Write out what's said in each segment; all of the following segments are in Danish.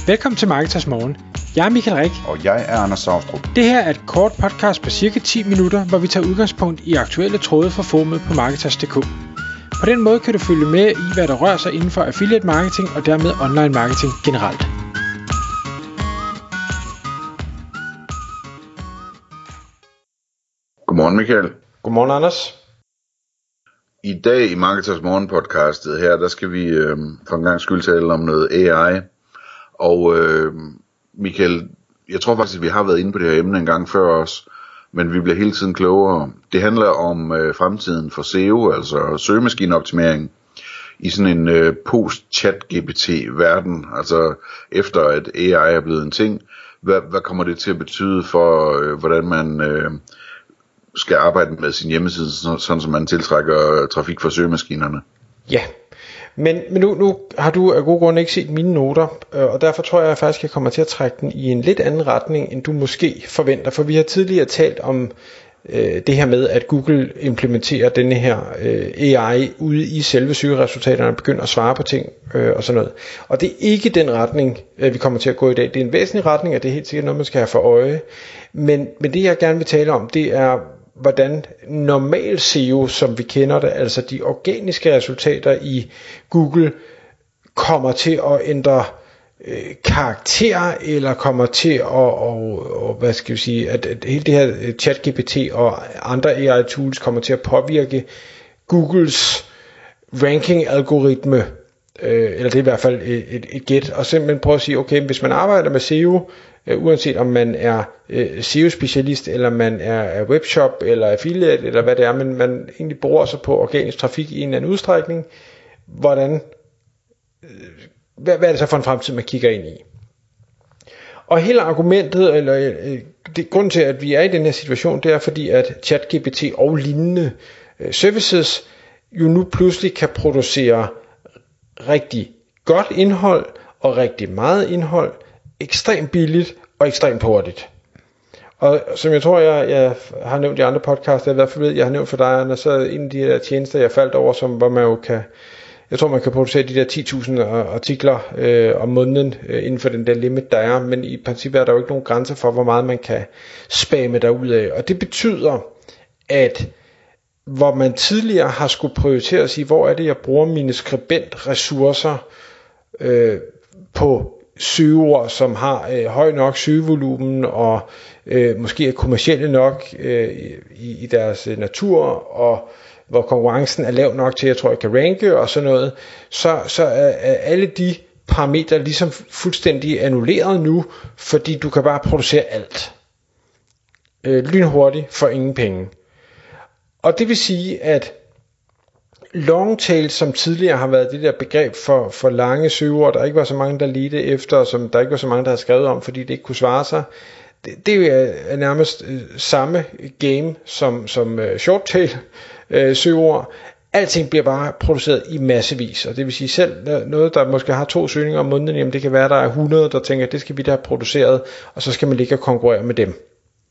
Velkommen til Marketers Morgen. Jeg er Michael Rik. Og jeg er Anders Saustrup. Det her er et kort podcast på cirka 10 minutter, hvor vi tager udgangspunkt i aktuelle tråde fra forumet på Marketers.dk. På den måde kan du følge med i, hvad der rører sig inden for affiliate marketing og dermed online marketing generelt. Godmorgen Michael. Godmorgen Anders. I dag i Marketers Morgen podcastet her, der skal vi for en gang skyld tale om noget AI. Og Michael, jeg tror faktisk, at vi har været inde på det her emne en gang før os, men vi bliver hele tiden klogere. Det handler om fremtiden for SEO, altså søgemaskineoptimering, i sådan en post-chat-GPT-verden, altså efter at AI er blevet en ting. Hvad kommer det til at betyde for, hvordan man skal arbejde med sin hjemmeside, sådan som man tiltrækker trafik fra søgemaskinerne? Ja, men nu har du af gode grunde ikke set mine noter, og derfor tror jeg faktisk, at jeg kommer til at trække den i en lidt anden retning, end du måske forventer. For vi har tidligere talt om det her med, at Google implementerer denne her AI ude i selve søgeresultaterne og begynder at svare på ting og sådan noget. Og det er ikke den retning, vi kommer til at gå i dag. Det er en væsentlig retning, og det er helt sikkert noget, man skal have for øje. Men det jeg gerne vil tale om, det er, hvordan normal SEO, som vi kender det, altså de organiske resultater i Google, kommer til at ændre karakter, eller kommer til at hvad skal vi sige, at hele det her ChatGPT og andre AI tools kommer til at påvirke Googles ranking algoritme, eller det er i hvert fald et gæt, og simpelthen prøve at sige, okay, hvis man arbejder med SEO, uanset om man er SEO-specialist, eller man er webshop, eller affiliate, eller hvad det er, men man egentlig bruger sig på organisk trafik i en eller anden udstrækning, hvad er det så for en fremtid, man kigger ind i? Og hele argumentet, eller grunden til, at vi er i den her situation, det er fordi, at ChatGPT og lignende services jo nu pludselig kan producere rigtig godt indhold, og rigtig meget indhold, ekstremt billigt og ekstremt hurtigt. Og som jeg tror, jeg har nævnt i andre podcasts, jeg i hvert fald ved, jeg har nævnt for dig, Anders, så en af de der tjenester, jeg faldt over, hvor man jo kan, jeg tror man kan producere de der 10.000 artikler om måneden inden for den der limit, der er, men i princippet er der jo ikke nogen grænser for, hvor meget man kan spamme derud af. Og det betyder, at hvor man tidligere har skulle prioritere at sige, hvor er det, jeg bruger mine skribentressourcer på søgeord, som har høj nok søgevolumen og måske er kommercielle nok i deres natur, og hvor konkurrencen er lav nok til, at jeg tror, jeg kan ranke og sådan noget, så er alle de parametre ligesom fuldstændig annulleret nu, fordi du kan bare producere alt lynhurtigt for ingen penge. Og det vil sige, at longtail, som tidligere har været det der begreb for lange søgeord, der ikke var så mange, der ledte efter, og som der ikke var så mange, der har skrevet om, fordi det ikke kunne svare sig, det er nærmest samme game som shorttail søgeord. Alting bliver bare produceret i massevis, og det vil sige selv noget, der måske har 2 søgninger om måneden, jamen det kan være, der er 100, der tænker, at det skal vi da have produceret, og så skal man ligge og konkurrere med dem.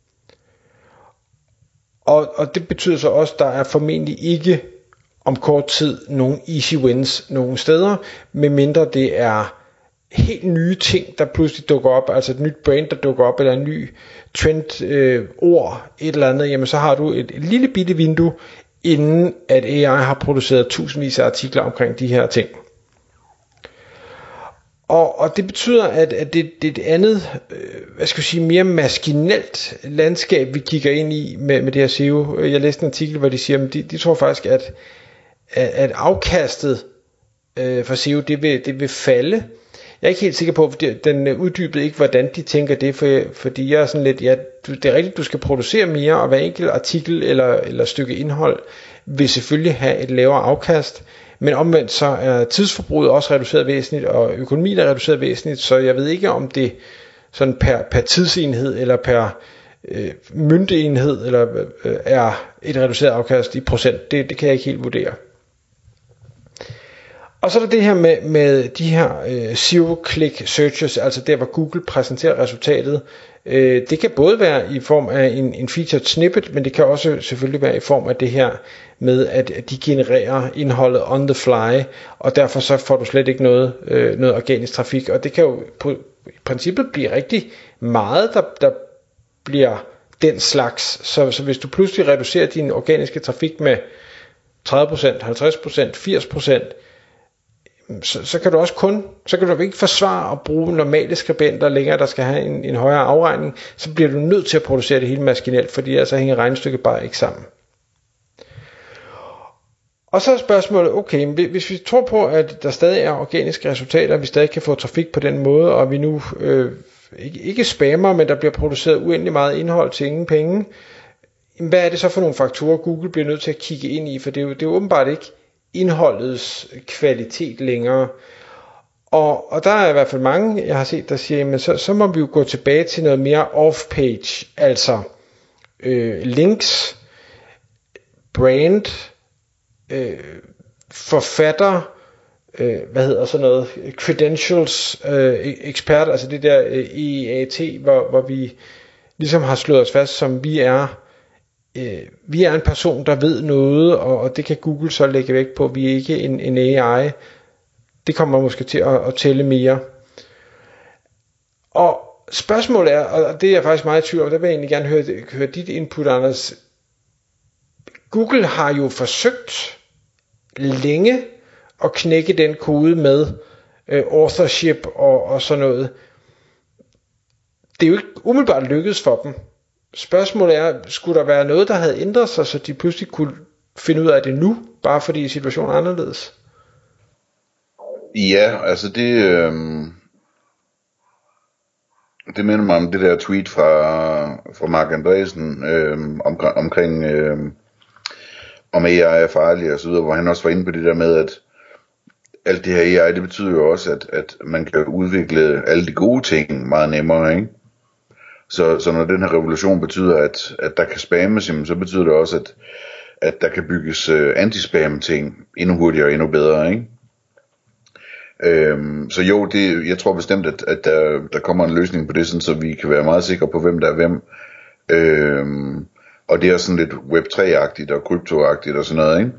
Og det betyder så også, at der er formentlig ikke om kort tid nogle easy wins nogen steder, medmindre det er helt nye ting, der pludselig dukker op, altså et nyt brand, der dukker op, eller en ny trend ord, et eller andet, jamen så har du et lille bitte vindue, inden at AI har produceret tusindvis af artikler omkring de her ting. Og det betyder, at det er et andet, hvad skal jeg sige, mere maskinelt landskab, vi kigger ind i med det her SEO. Jeg læste en artikel, hvor de siger, at de tror faktisk, at afkastet for SEO, det vil falde. Jeg er ikke helt sikker på, for den uddybede ikke, hvordan de tænker det, fordi jeg er sådan lidt, ja, det er rigtigt, du skal producere mere, og hver enkelt artikel eller stykke indhold vil selvfølgelig have et lavere afkast, men omvendt så er tidsforbruget også reduceret væsentligt, og økonomien er reduceret væsentligt, så jeg ved ikke, om det sådan per tidsenhed, eller per møntenhed, eller er et reduceret afkast i procent. Det kan jeg ikke helt vurdere. Og så er der det her med de her zero-click searches, altså der hvor Google præsenterer resultatet. Det kan både være i form af en featured snippet, men det kan også selvfølgelig være i form af det her med, at de genererer indholdet on the fly, og derfor så får du slet ikke noget organisk trafik. Og det kan jo i princippet blive rigtig meget, der bliver den slags. Så hvis du pludselig reducerer din organiske trafik med 30%, 50%, 80%, så kan du også så kan du ikke forsvare at bruge normale skribenter længere, der skal have en højere afregning. Så bliver du nødt til at producere det hele maskinelt, fordi altså hænger regnestykket bare ikke sammen. Og så er spørgsmålet, okay, hvis vi tror på, at der stadig er organiske resultater, vi stadig kan få trafik på den måde, og vi nu ikke spammer, men der bliver produceret uendelig meget indhold til ingen penge, hvad er det så for nogle faktorer, Google bliver nødt til at kigge ind i? For det er jo åbenbart ikke indholdets kvalitet længere. Og der er i hvert fald mange, jeg har set, der siger, men så må vi jo gå tilbage til noget mere off-page, altså links, brand, forfatter, credentials, ekspert, altså det der EAT, hvor vi ligesom har slået os fast, som vi er en person, der ved noget, og det kan Google så lægge vægt på. Vi er ikke en AI. Det kommer måske til at tælle mere. Og spørgsmålet er, og det er jeg faktisk meget i tvivl om, der vil jeg egentlig gerne høre dit input, Anders. Google har jo forsøgt længe at knække den kode med authorship og sådan noget. Det er jo ikke umiddelbart lykkedes for dem. Spørgsmålet er, skulle der være noget, der havde ændret sig, så de pludselig kunne finde ud af det nu, bare fordi situationen er anderledes? Ja, altså det minder mig om det der tweet fra Mark Andreessen omkring om AI er farlig og så videre, hvor han også var inde på det der med, at alt det her AI, det betyder jo også, at man kan udvikle alle de gode ting meget nemmere, ikke? Så når den her revolution betyder, at der kan spammes, så betyder det også, at der kan bygges anti-spam ting endnu hurtigere og endnu bedre, ikke? Så jo, jeg tror bestemt, at der kommer en løsning på det, sådan, så vi kan være meget sikre på, hvem der er hvem. Og det er sådan lidt Web3-agtigt og krypto-agtigt og sådan noget, ikke?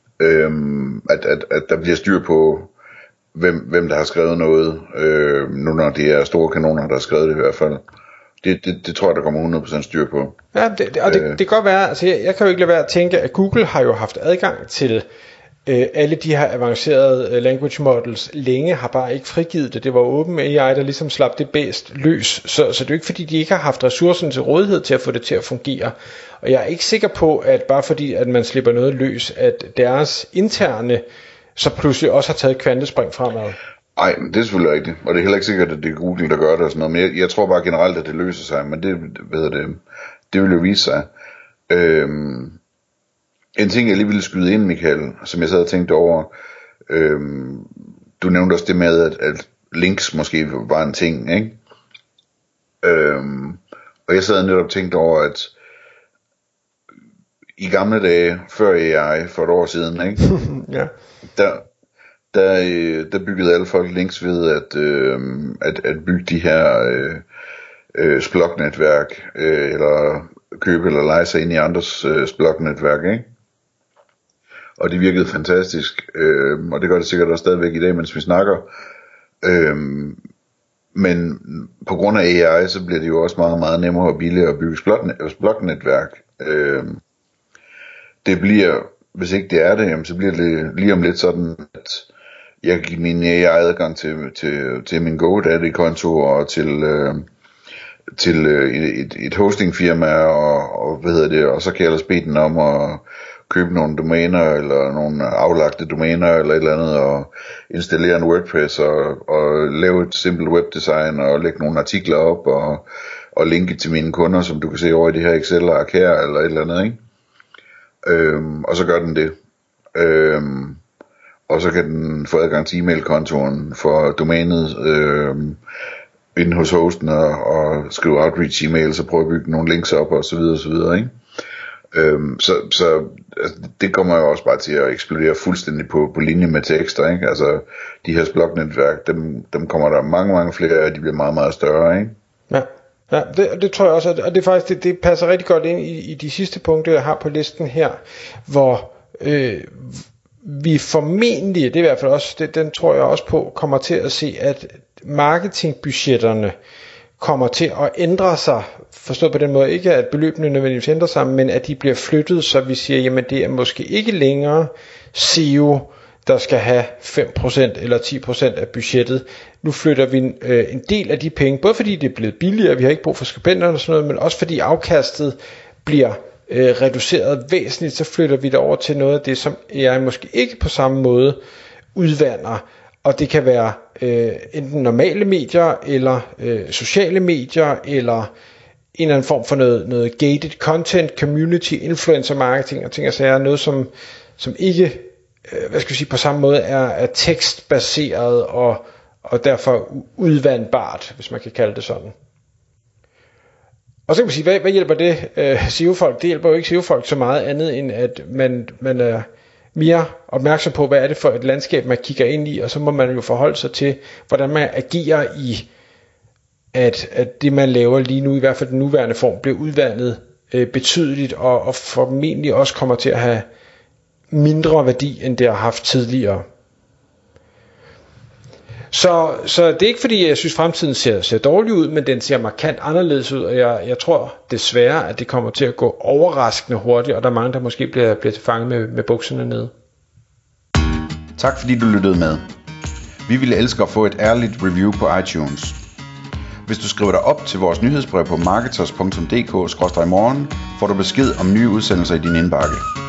At der bliver styr på, hvem der har skrevet noget, nu når det er store kanoner, der har skrevet det i hvert fald. Det tror jeg, der kommer 100% styr på. Ja, det kan godt være, altså jeg kan jo ikke lade være at tænke, at Google har jo haft adgang til alle de her avancerede language models længe, har bare ikke frigivet det. Det var OpenAI, der ligesom slap det bedst løs. Så det er jo ikke fordi, de ikke har haft ressourcen til rådighed til at få det til at fungere. Og jeg er ikke sikker på, at bare fordi, at man slipper noget løs, at deres interne så pludselig også har taget kvantespring fremad. Nej, det er selvfølgelig rigtigt. Og det er heller ikke sikkert, at det er Google, der gør det og sådan noget. Men jeg tror bare generelt, at det løser sig. Men det vil jo vise sig. En ting, jeg lige ville skyde ind, Michael, som jeg sad og tænkte over. Du nævnte også det med, at links måske var en ting, ikke? Og jeg sad netop og tænkte over, at i gamle dage, før AI, for et år siden, ikke? Ja. Der byggede alle folk links ved at bygge de her splog-netværk, eller købe eller lege sig ind i andres splog-netværk, ikke? Og det virkede fantastisk, og det gør det sikkert også stadigvæk i dag, mens vi snakker. Men på grund af AI, så bliver det jo også meget, meget nemmere og billigere at bygge splog-netværk. Det bliver, hvis ikke det er det, jamen, så bliver det lige om lidt sådan, at jeg kan give min AI-adgang til min GoDaddy-konto og til et hostingfirma og og så kan jeg ellers bede den om at købe nogle domæner eller nogle aflagte domæner eller et eller andet og installere en WordPress og lave et simpelt webdesign og lægge nogle artikler op og linke til mine kunder, som du kan se over i det her Excel-ark her eller et eller andet, ikke? Og så gør den det. Og så kan den få adgang til e-mail-kontoen for domænet inde hos hosten og skrive outreach e-mails og prøve at bygge nogle links op og så videre, ikke? Så altså, det kommer jo også bare til at eksplodere fuldstændig på linje med tekster, ikke? Altså de her blognetværk, dem kommer der mange flere af, de bliver meget, meget større, ikke? Ja, det tror jeg også, og det er faktisk det passer rigtig godt ind i de sidste punkter, jeg har på listen her, hvor vi formentlig, det er i hvert fald også, den tror jeg også på, kommer til at se, at marketingbudgetterne kommer til at ændre sig, forstået på den måde, ikke at beløbene nødvendigvis ændrer sig, men at de bliver flyttet, så vi siger, jamen det er måske ikke længere SEO, der skal have 5% eller 10% af budgettet. Nu flytter vi en del af de penge, både fordi det er blevet billigere, vi har ikke brug for skribenter og sådan noget, men også fordi afkastet bliver reduceret væsentligt, så flytter vi det over til noget af det, som AI måske ikke på samme måde udvander. Og det kan være enten normale medier, eller sociale medier, eller en eller anden form for noget gated content, community, influencer marketing og ting og sager, noget som ikke på samme måde er tekstbaseret og derfor udvandbart, hvis man kan kalde det sådan. Og så kan man sige, hvad hjælper det SEO-folk? Det hjælper jo ikke SEO-folk så meget andet, end at man er mere opmærksom på, hvad er det for et landskab, man kigger ind i, og så må man jo forholde sig til, hvordan man agerer i, at det man laver lige nu, i hvert fald den nuværende form, bliver udvandet betydeligt, og formentlig også kommer til at have mindre værdi, end det har haft tidligere. Så det er ikke fordi, jeg synes, fremtiden ser dårlig ud, men den ser markant anderledes ud, og jeg tror desværre, at det kommer til at gå overraskende hurtigt, og der er mange, der måske bliver til fange med bukserne nede. Tak fordi du lyttede med. Vi ville elske at få et ærligt review på iTunes. Hvis du skriver dig op til vores nyhedsbrev på marketers.dk/morgen, får du besked om nye udsendelser i din indbakke.